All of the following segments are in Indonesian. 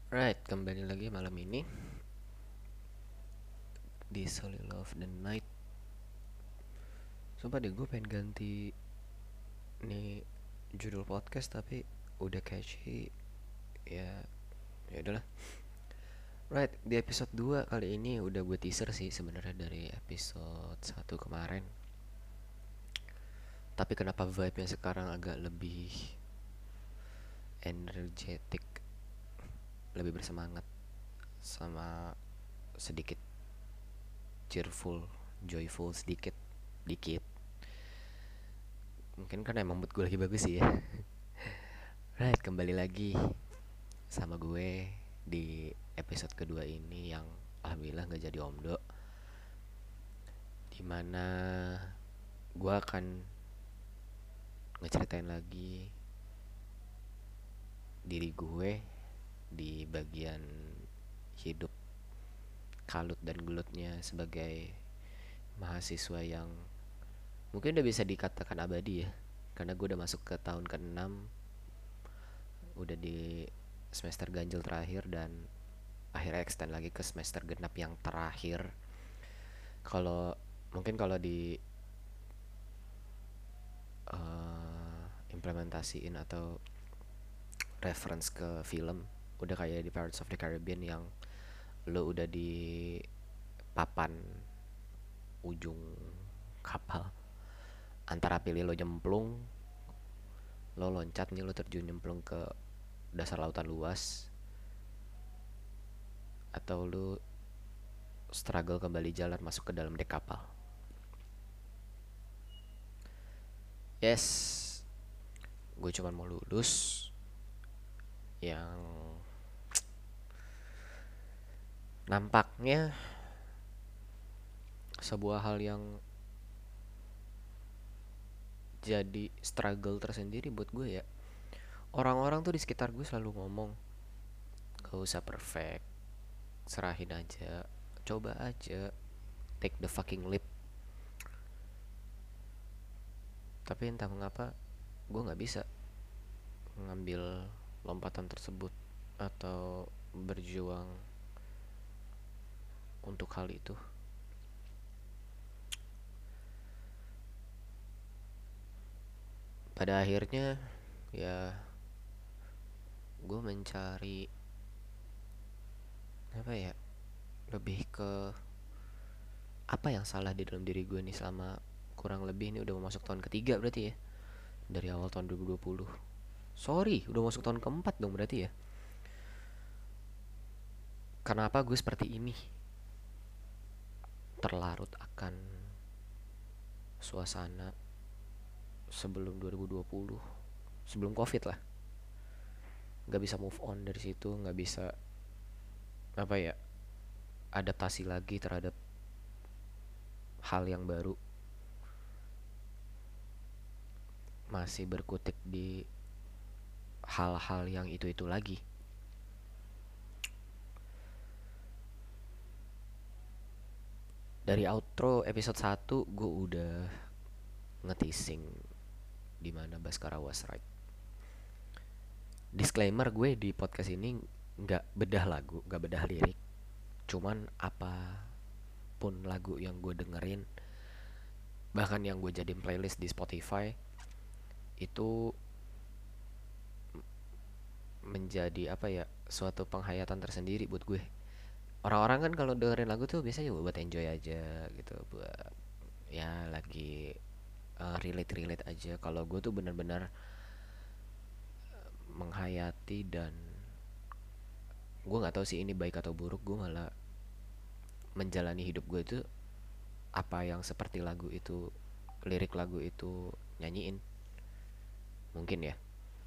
Right, kembali lagi malam ini di Solid Love the Night. Sumpah deh, gue pengen ganti nih judul podcast tapi udah catchy. Ya, ya udahlah. Right, di episode 2 kali ini udah gue teaser sih sebenarnya dari episode 1 kemarin. Tapi kenapa vibe-nya sekarang agak lebih energetic, lebih bersemangat sama sedikit cheerful, joyful sedikit, dikit. Mungkin karena emang mood gue lagi bagus sih ya. Right, kembali lagi sama gue di episode kedua ini yang alhamdulillah nggak jadi omdo, dimana gue akan ngeceritain lagi diri gue di bagian hidup kalut dan gelutnya sebagai mahasiswa yang mungkin udah bisa dikatakan abadi ya, karena gue udah masuk ke tahun ke-6, udah di semester ganjil terakhir dan akhirnya extend lagi ke semester genap yang terakhir. Kalau mungkin kalau di implementasiin atau reference ke film, udah kayak di Pirates of the Caribbean yang lo udah di papan ujung kapal, antara pilih lo nyemplung, lo loncat nih, lo terjun nyemplung ke dasar lautan luas, atau lo struggle kembali jalan masuk ke dalam dek kapal. Yes, gue cuman mau lulus yang nampaknya sebuah hal yang jadi struggle tersendiri buat gue ya. Orang-orang tuh di sekitar gue selalu ngomong, gak usah perfect, serahin aja, coba aja, take the fucking leap. Tapi entah mengapa gue nggak bisa ngambil lompatan tersebut atau berjuang untuk hal itu. Pada akhirnya ya gue mencari apa ya, lebih ke apa yang salah di dalam diri gue nih selama kurang lebih ini udah mau masuk tahun ketiga berarti ya, dari awal tahun 2020. Sorry, udah masuk tahun keempat dong berarti ya. Kenapa gue seperti ini? Terlarut akan suasana sebelum 2020, sebelum covid lah. Gak bisa move on dari situ, gak bisa apa ya, adaptasi lagi terhadap hal yang baru. Masih berkutik di hal-hal yang itu-itu lagi. Dari outro episode 1 gue udah ngetising dimana Baskara was right. Disclaimer, gue di podcast ini nggak bedah lagu, nggak bedah lirik. Cuman apapun lagu yang gue dengerin, bahkan yang gue jadiin playlist di Spotify, itu menjadi apa ya, suatu penghayatan tersendiri buat gue. Orang-orang kan kalau dengerin lagu tuh biasanya buat enjoy aja gitu, buat ya lagi relate relate aja. Kalau gue tuh benar-benar menghayati, dan gue nggak tahu sih ini baik atau buruk, gue malah menjalani hidup gue itu apa yang seperti lagu itu, lirik lagu itu nyanyiin, mungkin ya.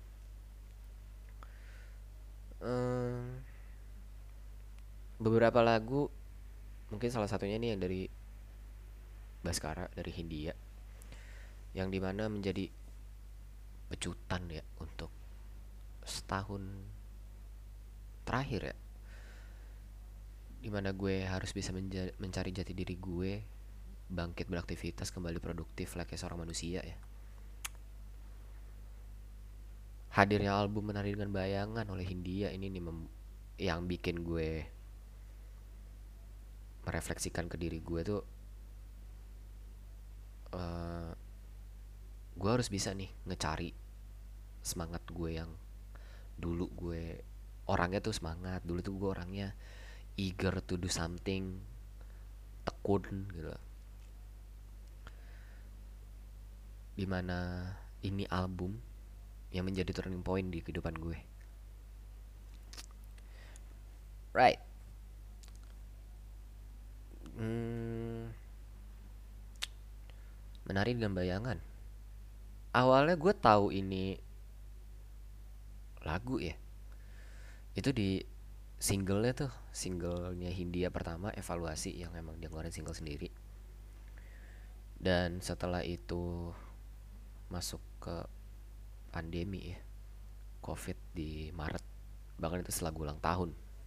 Ehm, Beberapa lagu, mungkin salah satunya nih yang dari Baskara, dari Hindia, yang dimana menjadi pecutan ya untuk setahun terakhir ya, dimana gue harus bisa mencari jati diri gue, bangkit beraktivitas kembali produktif layaknya seorang manusia ya. Hadirnya album Menari Dengan Bayangan oleh Hindia ini nih yang bikin gue merefleksikan ke diri gue tuh, eh, gue harus bisa nih ngecari semangat gue yang dulu gue orangnya tuh semangat. Dulu tuh gue orangnya eager to do something, tekun gitu. Dimana ini album yang menjadi turning point di kehidupan gue. Right. Hmm, Menari dengan bayangan. Awalnya gue tahu ini lagu ya. Itu di singlenya tuh, singlenya Hindia pertama, Evaluasi, yang emang dia ngeluarin single sendiri. Dan setelah itu masuk ke pandemi ya, COVID di Maret. Bahkan itu setelah gue ulang tahun.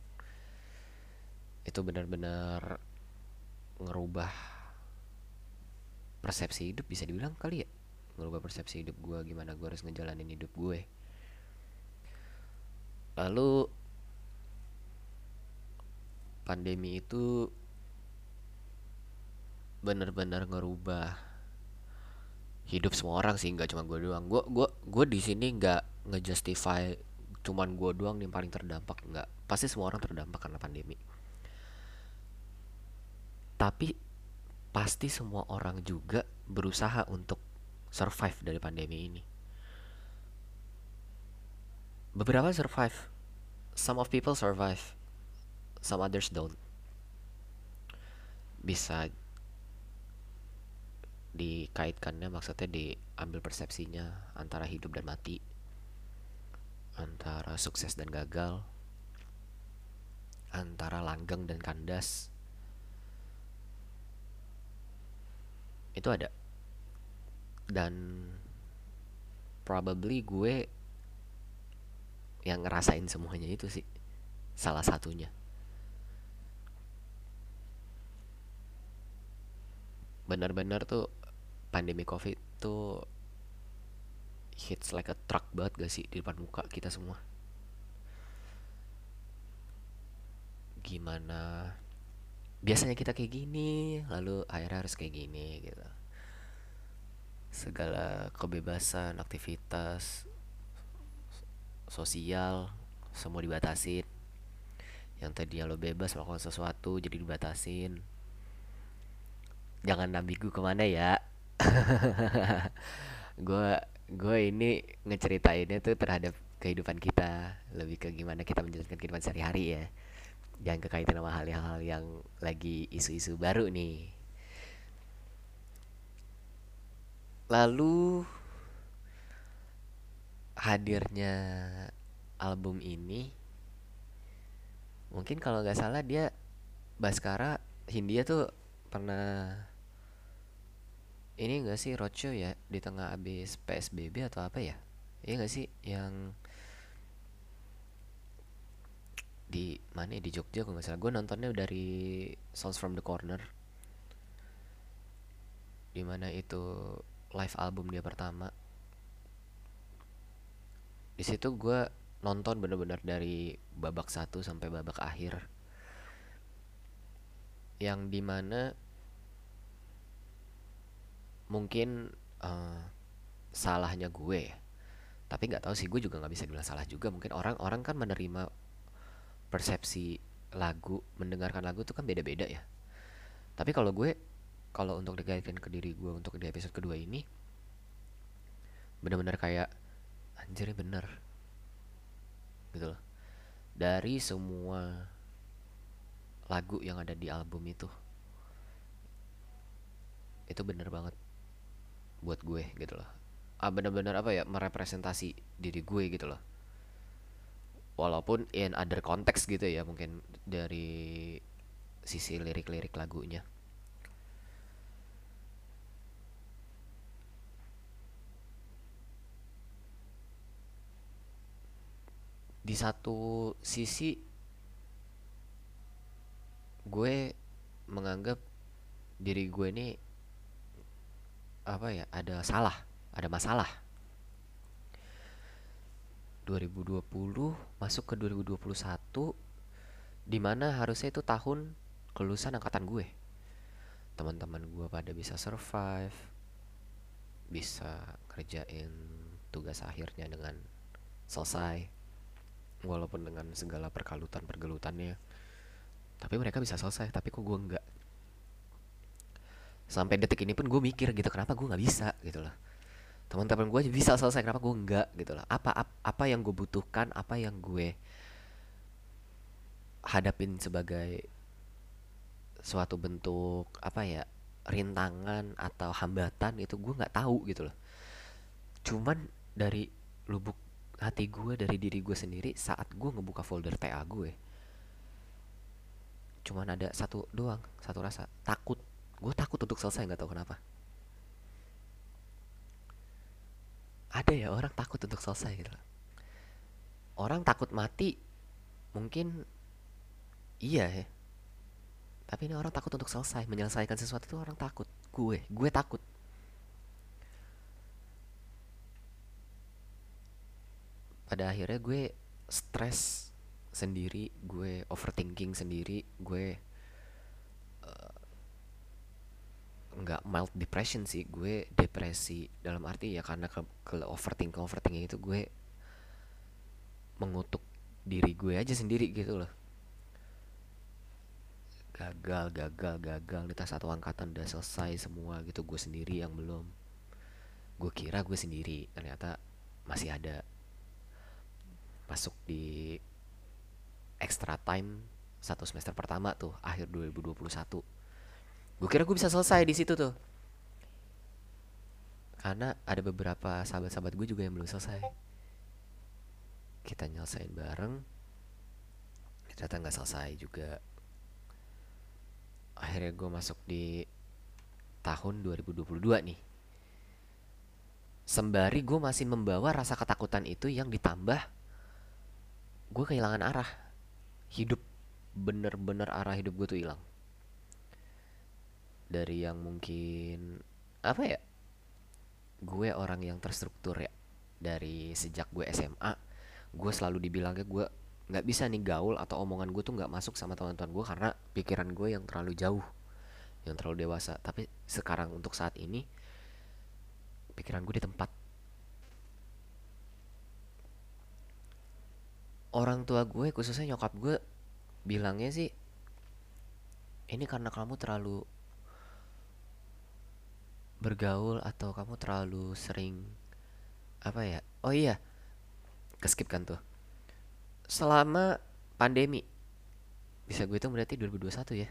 Itu benar-benar ngerubah persepsi hidup, bisa dibilang kali ya. Ngerubah persepsi hidup gue, gimana gue harus ngejalanin hidup gue. Lalu pandemi itu benar-benar ngerubah hidup semua orang sih, nggak cuma gue doang. Gue di sini nggak ngejustify cuman gue doang nih yang paling terdampak, nggak. Pasti semua orang terdampak karena pandemi. Tapi pasti semua orang juga berusaha untuk survive dari pandemi ini. Beberapa survive, some of people survive, some others don't. Bisa dikaitkannya, maksudnya diambil persepsinya antara hidup dan mati, antara sukses dan gagal, antara langgeng dan kandas. Itu ada. Dan probably gue yang ngerasain semuanya itu sih, salah satunya. Benar-benar tuh pandemi covid tuh hits like a truck banget gak sih di depan muka kita semua. Gimana biasanya kita kayak gini, lalu akhirnya harus kayak gini gitu. Segala kebebasan aktivitas sosial semua dibatasin. Yang tadinya lo bebas melakukan sesuatu jadi dibatasin. Jangan ambigu kemana ya. Gue ini ngeceritainnya tuh terhadap kehidupan kita, lebih ke gimana kita menjalankan kehidupan sehari-hari ya. Jangan kekaitan sama hal-hal yang lagi isu-isu baru nih. Lalu hadirnya album ini, mungkin kalau nggak salah dia, Baskara Hindia tuh pernah ini nggak sih roadshow ya di tengah abis PSBB atau apa ya? Iya nggak sih yang di mana ya, di Jogja kalau nggak salah. Gue nontonnya dari Sounds from the Corner, di mana itu live album dia pertama. Di situ gue nonton bener-bener dari babak satu sampai babak akhir, yang dimana mungkin eh, salahnya gue ya, tapi nggak tahu sih, gue juga nggak bisa bilang salah juga. Mungkin orang-orang kan menerima persepsi lagu, mendengarkan lagu tuh kan beda-beda ya. Tapi kalau gue, kalau untuk dikaitkan ke diri gue untuk di episode kedua ini, bener-bener kayak anjir bener gitu loh. Dari semua lagu yang ada di album itu bener banget buat gue gitu loh. Bener-bener apa ya, merepresentasi diri gue gitu loh. Walaupun in other context gitu ya, mungkin dari sisi lirik-lirik lagunya. Di satu sisi gue menganggap diri gue ini apa ya, ada salah, ada masalah. 2020 masuk ke 2021, Dimana harusnya itu tahun kelulusan angkatan gue. Teman-teman gue pada bisa survive, bisa kerjain tugas akhirnya dengan selesai, walaupun dengan segala pergelutannya. Tapi mereka bisa selesai, tapi kok gue enggak. Sampai detik ini pun gue mikir gitu, kenapa gue nggak bisa gitu loh. Teman-teman gue bisa selesai, kenapa gue enggak gitu loh. Apa yang gue butuhkan, apa yang gue hadapin sebagai suatu bentuk apa ya, rintangan atau hambatan, itu gue nggak tahu gitu loh. Cuman dari lubuk hati gue, dari diri gue sendiri, saat gue ngebuka folder TA gue, cuman ada satu doang, satu rasa takut. Gue takut untuk selesai, nggak tahu kenapa. Ada ya orang takut untuk selesai gitu loh. Orang takut mati mungkin iya ya, tapi ini orang takut untuk selesai, menyelesaikan sesuatu itu orang takut. Gue takut. Pada akhirnya gue stres sendiri, gue overthinking sendiri, gue nggak mild depression sih, gue depresi dalam arti ya karena ke overthinking itu gue mengutuk diri gue aja sendiri gitu loh. Gagal kita satu angkatan udah selesai semua gitu, gue sendiri yang belum. Gue kira gue sendiri, ternyata masih ada. Masuk di extra time satu semester pertama tuh akhir 2021, gue kira gue bisa selesai di situ tuh, karena ada beberapa sahabat-sahabat gue juga yang belum selesai. Kita nyelesain bareng, ternyata nggak selesai juga. Akhirnya gue masuk di tahun 2022 nih, sembari gue masih membawa rasa ketakutan itu, yang ditambah gue kehilangan arah hidup. Bener-bener arah hidup gue tuh hilang. Dari yang mungkin apa ya, gue orang yang terstruktur ya, dari sejak gue SMA. Gue selalu dibilangnya gue nggak bisa nih gaul, atau omongan gue tuh nggak masuk sama teman-teman gue karena pikiran gue yang terlalu jauh, yang terlalu dewasa. Tapi sekarang untuk saat ini pikiran gue di tempat. Orang tua gue, khususnya nyokap gue, bilangnya sih ini karena kamu terlalu bergaul, atau kamu terlalu sering apa ya. Oh iya, keskip kan tuh. Selama pandemi, bisa gue itu berarti 2021 ya,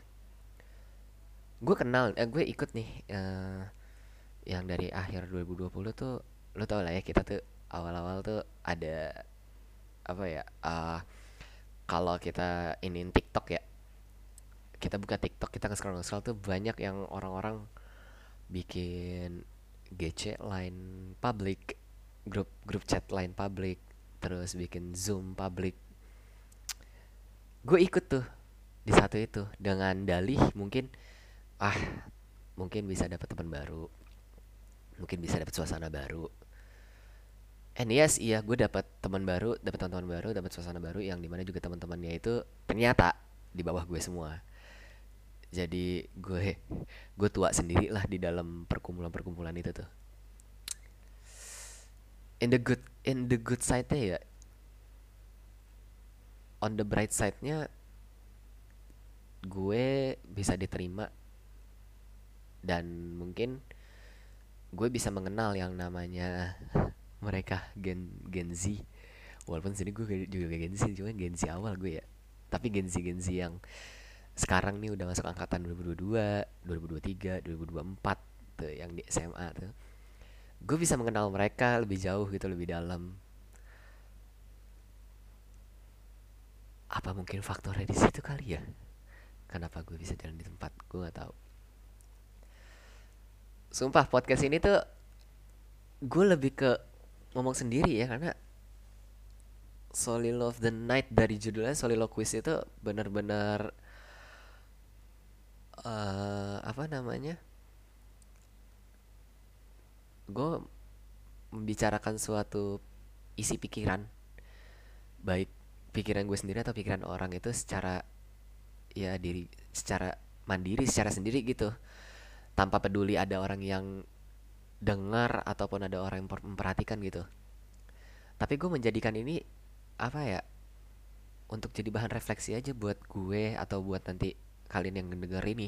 gue ikut nih, yang dari akhir 2020 tuh. Lo tau lah ya, kita tuh awal-awal tuh ada apa ya, kalau kita iniin TikTok ya, kita buka TikTok, kita nge-scroll tuh banyak yang orang-orang bikin GC line public, grup grup chat line public, terus bikin Zoom public. Gue ikut tuh di satu itu dengan dalih mungkin, ah mungkin bisa dapat teman baru, mungkin bisa dapat suasana baru. And yes, iya, gue dapat teman-teman baru, dapat suasana baru, yang dimana juga teman-temannya itu ternyata di bawah gue semua. Jadi gue tua sendiri lah di dalam perkumpulan-perkumpulan itu tuh. In the good side-nya ya, on the bright side-nya, gue bisa diterima, dan mungkin gue bisa mengenal yang namanya mereka Gen Z. Walaupun sini gue juga Gen Z, cuma Gen Z awal gue ya. Tapi Gen Z yang sekarang nih udah masuk angkatan 2022, 2023, 2024 tuh, yang di SMA tuh. Gue bisa mengenal mereka lebih jauh gitu, lebih dalam. Apa mungkin faktornya di situ kali ya? Kenapa gue bisa jalan di tempat? Gue nggak tahu. Sumpah podcast ini tuh gue lebih ke ngomong sendiri ya, karena Solilo of the Night, dari judulnya Soliloquist, itu benar-benar apa namanya? Gue membicarakan suatu isi pikiran, baik pikiran gue sendiri atau pikiran orang, itu secara ya diri secara mandiri, secara sendiri gitu, tanpa peduli ada orang yang dengar ataupun ada orang yang memperhatikan gitu. Tapi gue menjadikan ini apa ya, untuk jadi bahan refleksi aja buat gue atau buat nanti kalian yang denger ini.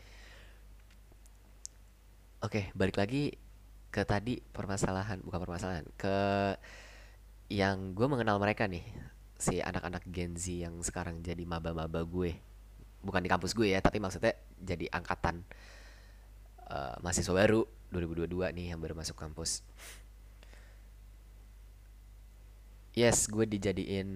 Oke, balik lagi ke tadi permasalahan, bukan permasalahan, ke yang gue mengenal mereka nih, si anak-anak Gen Z yang sekarang jadi maba-maba gue. Bukan di kampus gue ya, tapi maksudnya jadi angkatan mahasiswa baru 2022 nih yang baru masuk kampus. Yes, gue dijadiin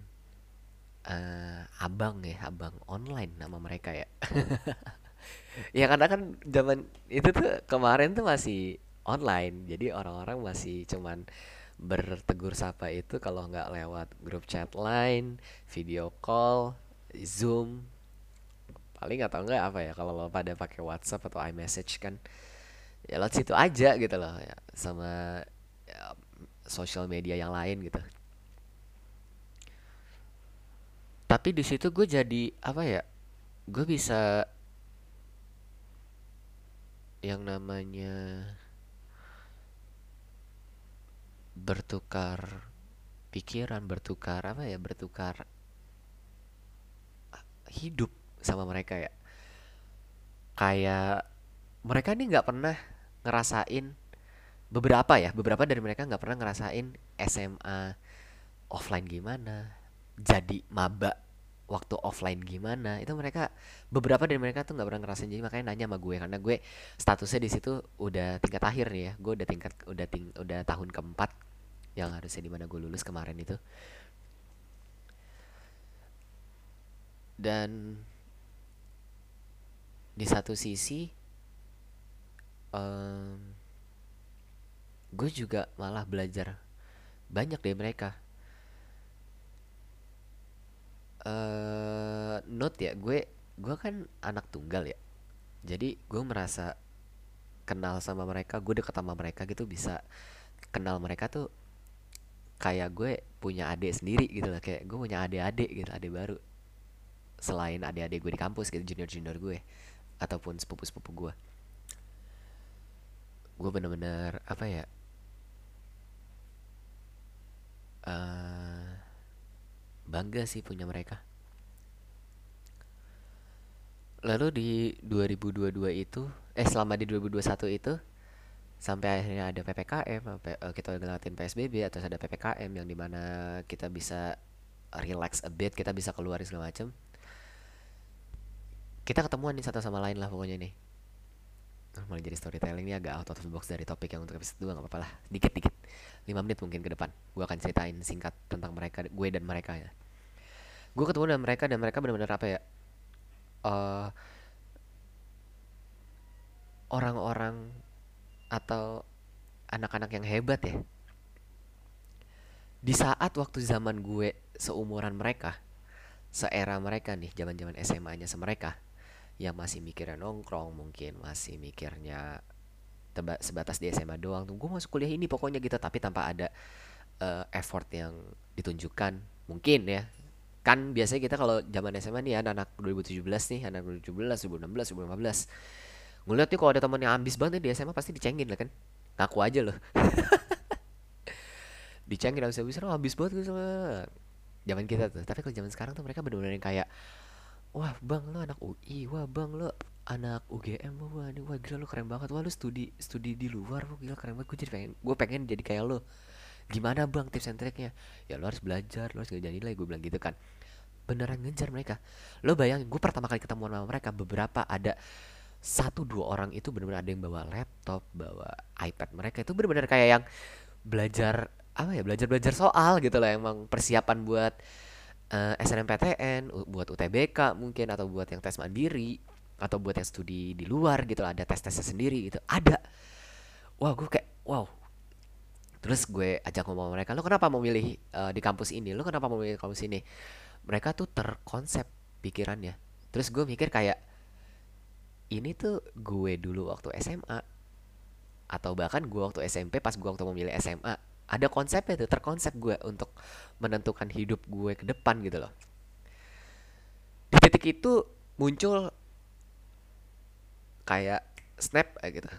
abang ya, abang online nama mereka ya. Ya karena kan zaman itu tuh kemarin tuh masih online, jadi orang-orang masih cuman bertegur sapa itu kalau nggak lewat grup chat line, video call, Zoom, paling atau enggak apa ya kalau lo pada pakai WhatsApp atau iMessage kan, ya lewat situ aja gitu loh ya, sama ya, sosial media yang lain gitu. Tapi di situ gue jadi apa ya, gue bisa yang namanya bertukar pikiran, bertukar apa ya, bertukar hidup sama mereka ya. Kayak mereka ini nggak pernah ngerasain, beberapa dari mereka nggak pernah ngerasain SMA offline gimana, jadi maba waktu offline gimana. Itu mereka, beberapa dari mereka tuh nggak pernah ngerasain, jadi makanya nanya sama gue karena gue statusnya di situ udah tingkat akhir nih ya. Gue udah tingkat udah tahun keempat yang harusnya dimana gue lulus kemarin itu. Dan di satu sisi em, gue juga malah belajar banyak dari mereka. Note ya, gue kan anak tunggal ya, jadi gue merasa kenal sama mereka, gue deket sama mereka gitu, bisa kenal mereka tuh kayak gue punya adik sendiri gitu lah, kayak gue punya adik-adik gitu, adik baru selain adik-adik gue di kampus gitu, junior-junior gue ataupun sepupu-sepupu gue. Gue bener-bener apa ya, eh bangga sih punya mereka. Lalu di 2022 itu, selama di 2021 itu sampai akhirnya ada PPKM, sampai kita ngelatin PSBB atau ada PPKM yang dimana kita bisa relax a bit, kita bisa keluar segala macem. Kita ketemuan nih satu sama lain lah pokoknya nih. Mulai jadi storytelling ini agak out of the box dari topik yang untuk episode 2, nggak apa-apa lah. Dikit-dikit. 5 menit mungkin ke depan. Gue akan ceritain singkat tentang mereka, gue dan mereka ya. Gue ketemu dengan mereka dan mereka benar-benar apa ya? eh Orang-orang atau anak-anak yang hebat ya. Di saat waktu zaman gue seumuran mereka, seera mereka nih, zaman-zaman SMA-nya semereka, yang masih mikirnya nongkrong, mungkin masih mikirnya sebatas di SMA doang tuh, gue masuk kuliah ini pokoknya gitu, tapi tanpa ada effort yang ditunjukkan mungkin ya. Kan biasanya kita kalau zaman SMA nih, anak-anak 2017 nih, anak 2017, 2016, 2015, ngeliat nih kalau ada teman yang ambis banget nih di SMA pasti dicengin lah kan. Ngaku aja loh. Dicengin habis-habisan, oh habis banget gitu zaman kita tuh. Tapi kalau zaman sekarang tuh mereka bener-bener yang kayak, wah bang lo anak UI, wah bang lo anak UGM, wah ini, wah gila lo keren banget, wah lo studi studi di luar, wah gila keren banget, gue pengen jadi kayak lo. Gimana bang tips and triknya? Ya lo harus belajar, lo harus ngejar nilai, gue bilang gitu kan. Beneran ngejar mereka. Lo bayangin, gue pertama kali ketemu sama mereka, beberapa ada satu dua orang itu bener-bener ada yang bawa laptop, bawa iPad, mereka itu bener-bener kayak yang belajar apa ya, belajar belajar soal gitu lah, emang persiapan buat SNMPTN, buat UTBK mungkin, atau buat yang tes mandiri, atau buat yang studi di luar gitu lah, ada tes-tesnya sendiri gitu, ada. Wah gue kayak wow. Terus gue ajak ngomong sama mereka, lo kenapa mau milih di kampus ini, lo kenapa mau milih kampus ini? Mereka tuh terkonsep pikirannya. Terus gue mikir kayak, ini tuh gue dulu waktu SMA, atau bahkan gue waktu SMP pas gue waktu mau milih SMA, ada konsepnya tuh, terkonsep gue untuk menentukan hidup gue ke depan gitu loh. Di titik itu muncul kayak snap gitu.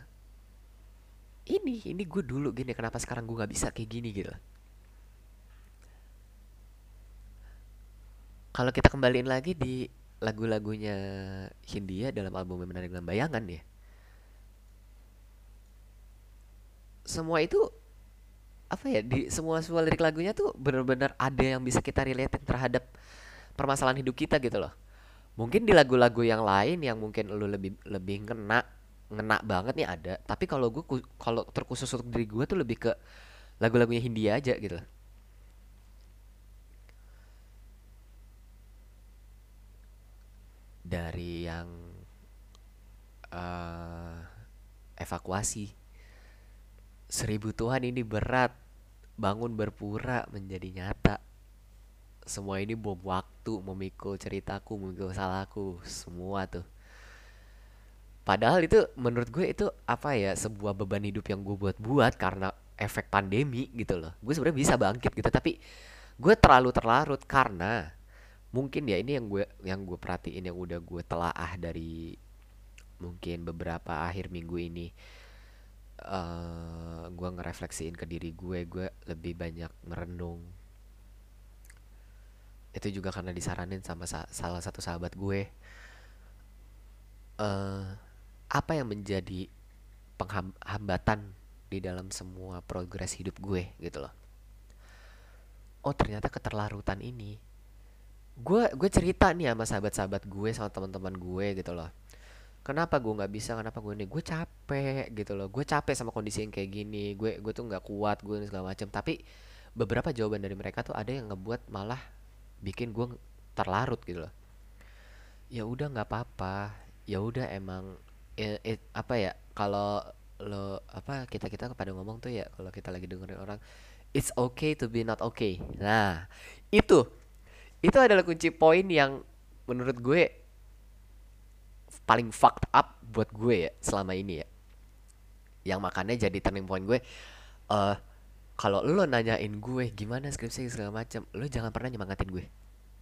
Ini gue dulu gini, kenapa sekarang gue nggak bisa kayak gini gitu. Kalau kita kembaliin lagi di lagu-lagunya Hindia dalam album Menari Dalam Bayangan ya, semua itu apa ya, di semua semua lirik lagunya tuh benar-benar ada yang bisa kita relate terhadap permasalahan hidup kita gitu loh. Mungkin di lagu-lagu yang lain yang mungkin lu lebih lebih ngena ngena banget nih ada, tapi kalau gue kalau terkhusus untuk diri gue tuh lebih ke lagu-lagunya Hindia aja gitu loh. Dari yang eh, evakuasi, seribu Tuhan ini berat, bangun berpura menjadi nyata, semua ini bom waktu, memikul ceritaku, memikul salahku, semua tuh. Padahal itu menurut gue itu apa ya, sebuah beban hidup yang gue buat-buat karena efek pandemi gitu loh. Gue sebenarnya bisa bangkit gitu, tapi gue terlalu terlarut karena mungkin ya ini yang gue perhatiin, yang udah gue telaah dari mungkin beberapa akhir minggu ini. Gue ngerefleksiin ke diri gue lebih banyak merenung. Itu juga karena disaranin sama salah satu sahabat gue. eh Apa yang menjadi penghambatan di dalam semua progres hidup gue gitu loh. Oh ternyata keterlarutan ini. Gue cerita nih sama sahabat-sahabat gue, sama teman-teman gue gitu loh. Kenapa gue nggak bisa? Kenapa gue ini? Gue capek gitu loh. Gue capek sama kondisi yang kayak gini. Gue tuh nggak kuat. Gue segala macam. Tapi beberapa jawaban dari mereka tuh ada yang ngebuat malah bikin gue terlarut gitu loh. Ya udah nggak apa-apa. Ya udah emang apa ya, kalau lo apa, kita pada ngomong tuh ya, kalau kita lagi dengerin orang, it's okay to be not okay. Nah, itu itu adalah kunci poin yang menurut gue paling fucked up buat gue ya selama ini ya. Yang makanya jadi turning point gue. eh Kalau lo nanyain gue gimana skripsi segala macam, lo jangan pernah nyemangatin gue.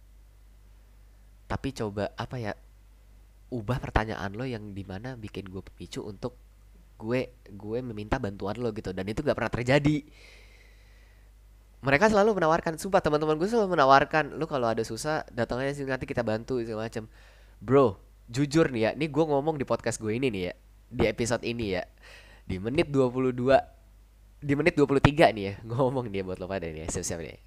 Tapi coba apa ya, ubah pertanyaan lo yang dimana bikin gue pemicu untuk gue meminta bantuan lo gitu, dan itu gak pernah terjadi. Mereka selalu menawarkan, sumpah teman-teman gue selalu menawarkan, lu kalau ada susah datang aja sini nanti kita bantu segala macam. Bro, jujur nih ya, ini gue ngomong di podcast gue ini nih ya, di episode ini ya, di menit 22, di menit 23 nih ya, gue ngomong nih ya buat lo pada nih ya, siap-siap nih.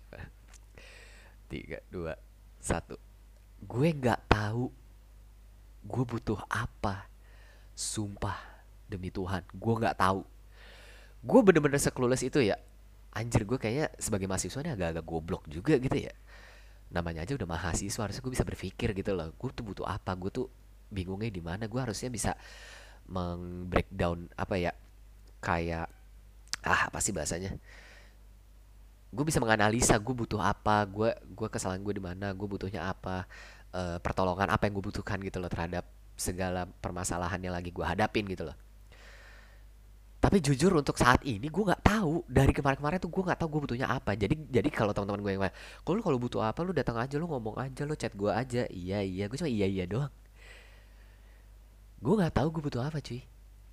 3, 2, 1. Gue nggak tahu gue butuh apa, sumpah demi Tuhan, gue nggak tahu. Gue bener-bener seklules itu ya. Anjir, gue kayaknya sebagai mahasiswa ini agak-agak goblok juga gitu ya. Namanya aja udah mahasiswa, harusnya gue bisa berpikir gitu loh. Gue tuh butuh apa, gue tuh bingungnya di mana. Gue harusnya bisa meng-breakdown apa ya, kayak apa sih bahasanya, gue bisa menganalisa gue butuh apa, gue kesalahan gue di mana, gue butuhnya apa, pertolongan apa yang gue butuhkan gitu loh terhadap segala permasalahan yang lagi gue hadapin gitu loh. Tapi jujur untuk saat ini gue nggak tahu, dari kemarin-kemarin tuh gue nggak tahu gue butuhnya apa. Jadi kalau teman-teman gue yang bilang, kalau butuh apa lu datang aja, lu ngomong aja, lu chat gue aja. Iya iya, gue cuma iya iya doang. Gue nggak tahu gue butuh apa cuy.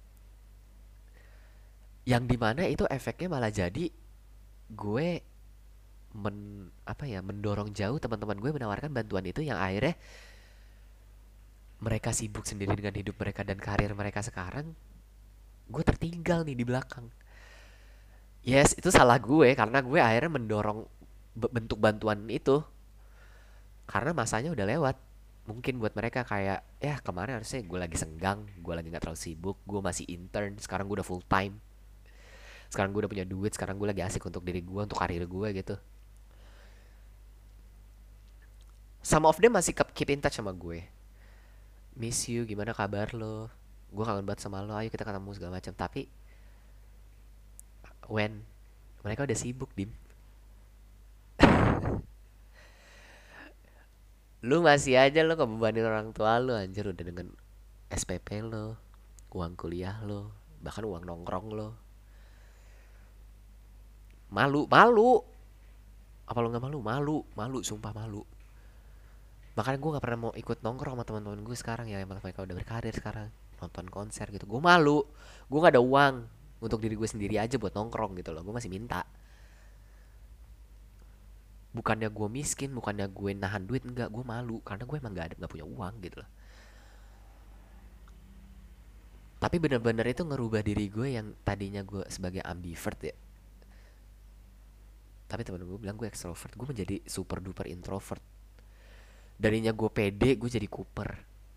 Yang dimana itu efeknya malah jadi gue apa ya, mendorong jauh teman-teman gue menawarkan bantuan itu, yang akhirnya mereka sibuk sendiri dengan hidup mereka dan karir mereka sekarang. Gue tertinggal nih di belakang. Yes, itu salah gue karena gue akhirnya mendorong bentuk bantuan itu karena masanya udah lewat. Mungkin buat mereka kayak, ya kemarin harusnya gue lagi senggang, gue lagi nggak terlalu sibuk, gue masih intern, sekarang gue udah full time, sekarang gue udah punya duit, sekarang gue lagi asik untuk diri gue, untuk karir gue gitu. Some of them masih keep in touch sama gue, miss you, gimana kabar lo, gue kangen banget sama lo, ayo kita ketemu segala macam. Tapi when mereka udah sibuk, dim, lu masih aja lo ngebebanin orang tua lo, anjir, udah dengan SPP lo, uang kuliah lo, bahkan uang nongkrong lo. Malu malu, apa lo nggak malu? Malu malu, sumpah malu. Makanya gue nggak pernah mau ikut nongkrong sama teman-teman gue sekarang ya, emang mereka udah berkarir sekarang, nonton konser gitu. Gue malu, gue nggak ada uang untuk diri gue sendiri aja buat nongkrong gitu loh. Gue masih minta. Bukannya gue miskin, bukannya gue nahan duit, enggak, gue malu karena gue emang nggak punya uang gitu loh. Tapi bener-bener itu ngerubah diri gue yang tadinya gue sebagai ambivert ya. Tapi temen gue bilang gue extrovert, gue menjadi super duper introvert. Darinya gue pede, gue jadi kuper.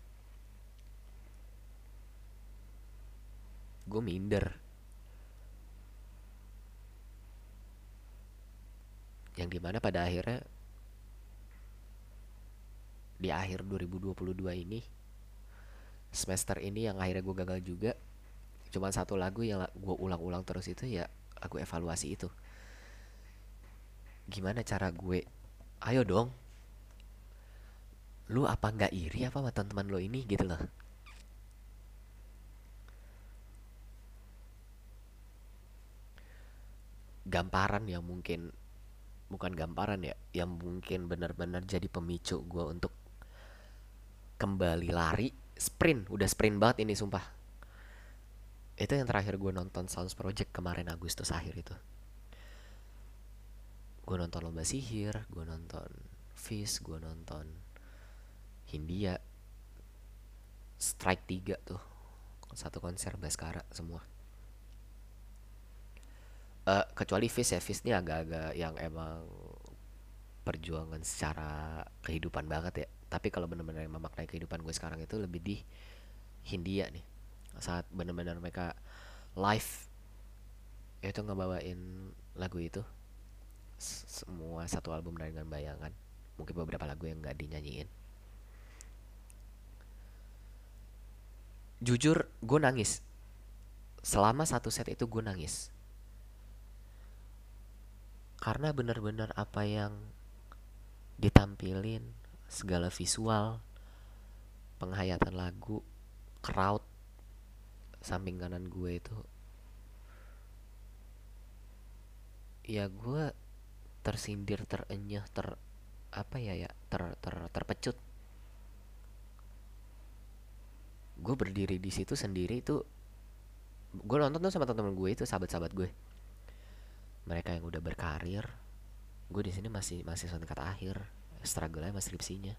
Gue minder. Yang dimana pada akhirnya di akhir 2022 ini, semester ini yang akhirnya gue gagal juga, cuman satu lagu yang gue ulang-ulang terus itu ya lagu evaluasi itu. Gimana cara gue, ayo dong, lu apa nggak iri apa sama teman-teman lo ini gitu loh. Gamparan yang mungkin, bukan gamparan ya, yang mungkin benar-benar jadi pemicu gue untuk kembali lari, sprint, udah sprint banget ini sumpah. Itu yang terakhir gue nonton Sounds Project kemarin Agustus akhir itu. Gue nonton Lomba Sihir, gue nonton Fish, gue nonton Hindia, Strike 3 tuh, satu konser Baskara semua. Kecuali Fish ya, Fish ini agak-agak yang emang perjuangan secara kehidupan banget ya. Tapi kalau benar-benar memaknai kehidupan gue sekarang itu lebih di Hindia nih. Saat benar-benar mereka live itu ngebawain lagu itu semua satu album dengan bayangan. Mungkin beberapa lagu yang nggak dinyanyiin. Jujur gue nangis. Selama satu set itu gue nangis. Karena benar-benar apa yang ditampilin, segala visual, penghayatan lagu, crowd samping kanan gue itu, ya gue tersindir, terenyah, apa ya ya, terpecut. Gue berdiri di situ sendiri itu, gue nonton tuh sama teman-teman gue itu, sahabat-sahabat gue, mereka yang udah berkarir, gue di sini masih tingkat akhir, struggle-nya sama skripsinya.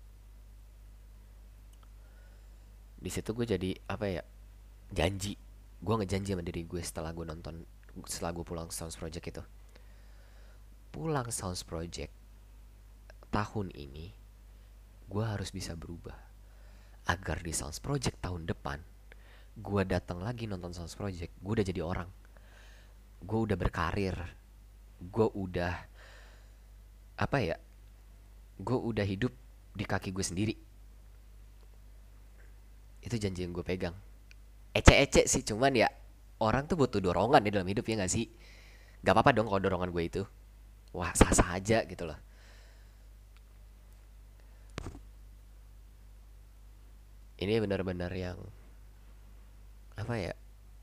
Di situ gue jadi apa ya, janji, gue ngejanji sama diri gue setelah gue pulang Sounds Project itu, pulang Sounds Project tahun ini gue harus bisa berubah agar di Sounds Project tahun depan gue datang lagi nonton Sounds Project, gue udah jadi orang, gue udah berkarir, gue udah apa ya, gue udah hidup di kaki gue sendiri. Itu janji yang gue pegang. Ece-ece sih, cuman ya orang tuh butuh dorongan di dalam hidup ya gak sih? Gak apa-apa dong kalau dorongan gue itu, wah sah-sah aja gitu loh. Ini benar-benar yang apa ya,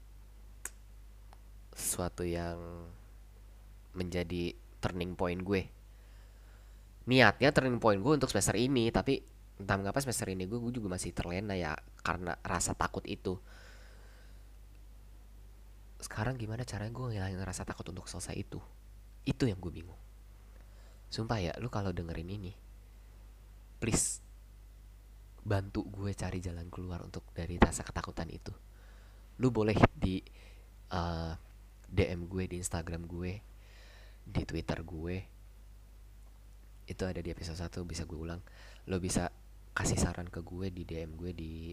sesuatu yang menjadi turning point gue. Niatnya turning point gue untuk semester ini, tapi entah mengapa semester ini gue juga masih terlena ya karena rasa takut itu. Sekarang gimana caranya gue ngilangin rasa takut untuk selesai itu? Itu yang gue bingung. Sumpah ya, lu kalau dengerin ini, please bantu gue cari jalan keluar untuk dari rasa ketakutan itu. Lu boleh di uh, DM gue di Instagram gue, di Twitter gue. Itu ada di episode 1, bisa gue ulang. Lu bisa kasih saran ke gue di DM gue di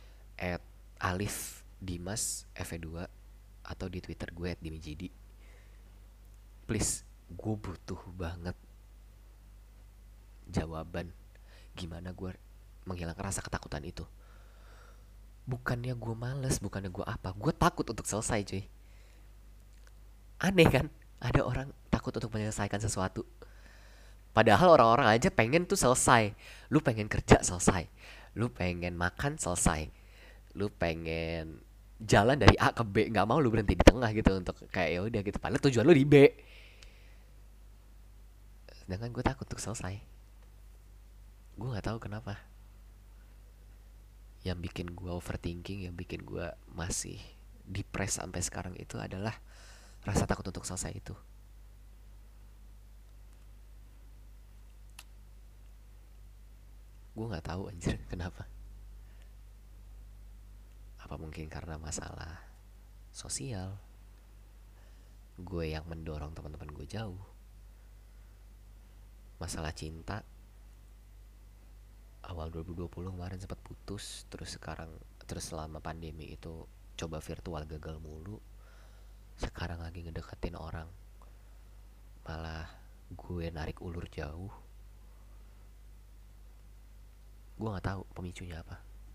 @alif_dimas f2 atau di Twitter gue @dimijidi. Please, gue butuh banget jawaban gimana gue menghilangkan rasa ketakutan itu. Bukannya gue males, bukannya gue apa, gue takut untuk selesai cuy. Aneh kan, ada orang takut untuk menyelesaikan sesuatu, padahal orang-orang aja pengen tuh selesai. Lu pengen kerja selesai, lu pengen makan selesai, lu pengen jalan dari A ke B, nggak mau lu berhenti di tengah gitu untuk kayak ya udah gitu, padahal tujuan lu di B. Sedangkan gue takut untuk selesai. Gue nggak tahu kenapa. Yang bikin gue overthinking, yang bikin gue masih depres sampai sekarang itu adalah rasa takut untuk selesai itu. Gue nggak tahu anjir kenapa. Apa mungkin karena masalah sosial, gue yang mendorong teman-teman gue jauh. Masalah cinta, awal 2020 kemarin sempat putus, terus selama pandemi itu coba virtual gagal mulu. Sekarang lagi ngedeketin orang, malah gue narik ulur jauh. Gue nggak tahu pemicunya apa.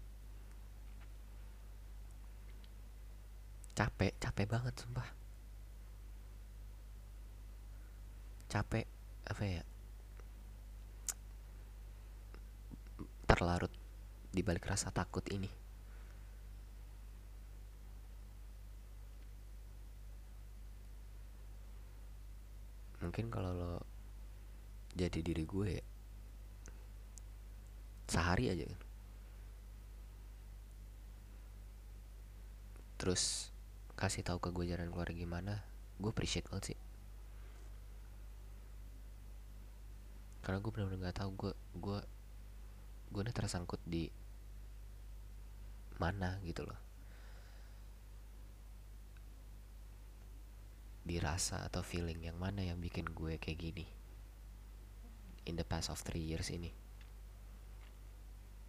Capek, capek banget sumpah. Capek, apa ya, terlarut di balik rasa takut ini. Mungkin kalau lo jadi diri gue ya, sehari aja kan, terus kasih tahu ke gue jalan keluar gimana, gue appreciate banget sih. Karena gue benar-benar nggak tahu gue gue udah tersangkut di mana gitu loh, dirasa atau feeling yang mana yang bikin gue kayak gini in the past of 3 years ini.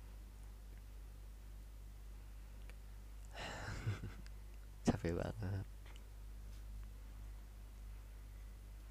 Capek banget.